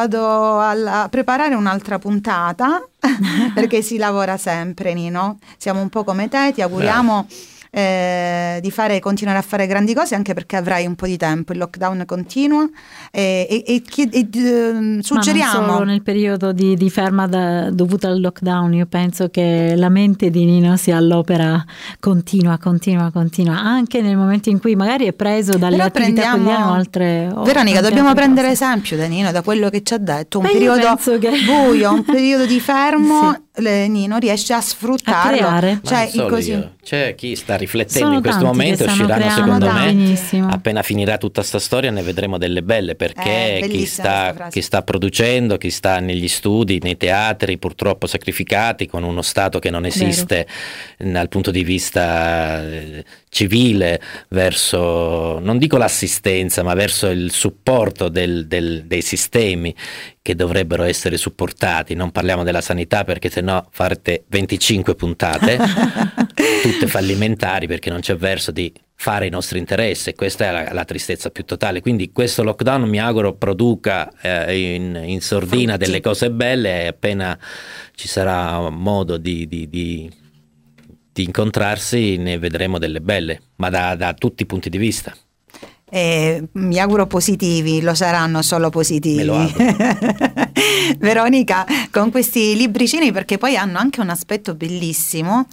a preparare un'altra puntata perché si lavora sempre, Nino, siamo un po' come te, ti auguriamo di continuare a fare grandi cose, anche perché avrai un po' di tempo, il lockdown continua e suggeriamo, ma non solo nel periodo di ferma dovuta al lockdown. Io penso che la mente di Nino sia all'opera continua, anche nel momento in cui magari è preso dalle attività quotidiane o altre. Veronica, dobbiamo prendere esempio da Nino, da quello che ci ha detto, un periodo buio, un periodo di fermo. Sì. Nino riesce a sfruttarlo, c'è chi sta riflettendo in questo momento, usciranno secondo me appena finirà tutta sta storia, ne vedremo delle belle, perché chi sta producendo, chi sta negli studi, nei teatri, purtroppo sacrificati, con uno Stato che non esiste dal punto di vista civile, verso, non dico l'assistenza, ma verso il supporto dei sistemi che dovrebbero essere supportati. Non parliamo della sanità, perché sennò farete 25 puntate tutte fallimentari, perché non c'è verso di fare i nostri interessi, e questa è la tristezza più totale. Quindi questo lockdown mi auguro produca in sordina delle cose belle, e appena ci sarà modo di incontrarsi ne vedremo delle belle, ma da tutti i punti di vista. Mi auguro positivi, lo saranno solo positivi. Me lo auguro. Veronica, con questi libricini, perché poi hanno anche un aspetto bellissimo,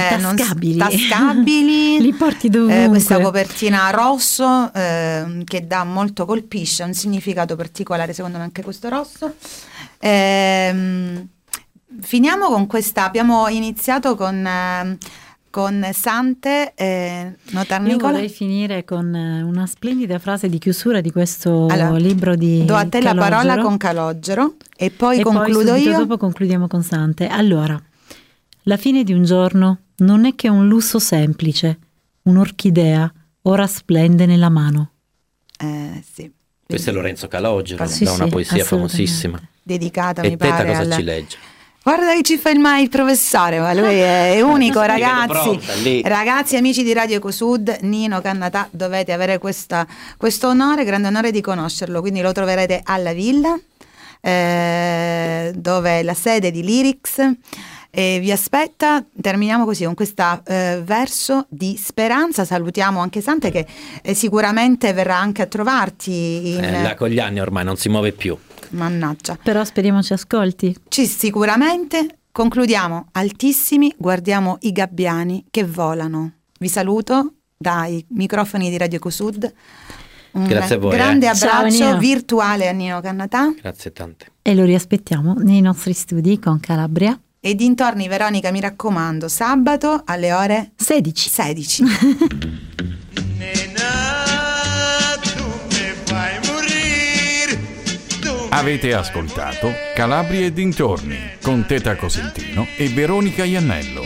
tascabili, li porti dovunque. Questa copertina rosso che colpisce, ha un significato particolare secondo me anche questo rosso. Finiamo con questa, abbiamo iniziato con Sante, Notar Nicola. Io vorrei finire con una splendida frase di chiusura di questo libro di do a te Calogero. La parola con Calogero e poi concludo io. Dopo concludiamo con Sante. Allora, la fine di un giorno non è che un lusso semplice, un'orchidea ora splende nella mano. Sì. Questo è Lorenzo Calogero, da una poesia famosissima. Dedicata, e mi pare. E cosa ci legge? Guarda che ci fa il professore, ma lui è unico, ragazzi. Ragazzi, amici di Radio Ecosud, Nino Cannatà, dovete avere questo onore, grande onore di conoscerlo. Quindi lo troverete alla Villa, dove è la sede di Lyrics, e vi aspetta. Terminiamo così con questo verso di speranza. Salutiamo anche Sante, che sicuramente verrà anche a trovarti là con gli anni ormai non si muove più. Mannaggia. Però speriamo ci ascolti. Sicuramente. Concludiamo altissimi, guardiamo i gabbiani che volano. Vi saluto dai microfoni di Radio Ecosud. Grazie a voi. Grande abbraccio Ciao, virtuale a Nino Cannatà. Grazie tante. E lo riaspettiamo nei nostri studi con Calabria. E dintorni, Veronica, mi raccomando, sabato alle ore 16. Avete ascoltato Calabria e dintorni con Teta Cosentino e Veronica Iannello.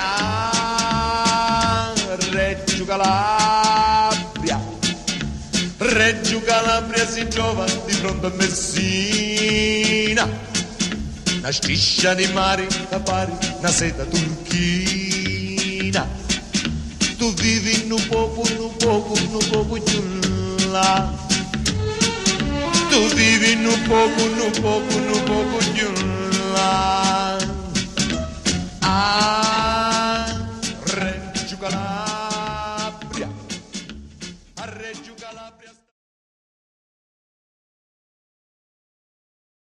Reggio Calabria si trova di fronte a Messina, una striscia di mare da pari, una seta turchina. Tu vivi un poco giù là. Tu vivi un poco giù là.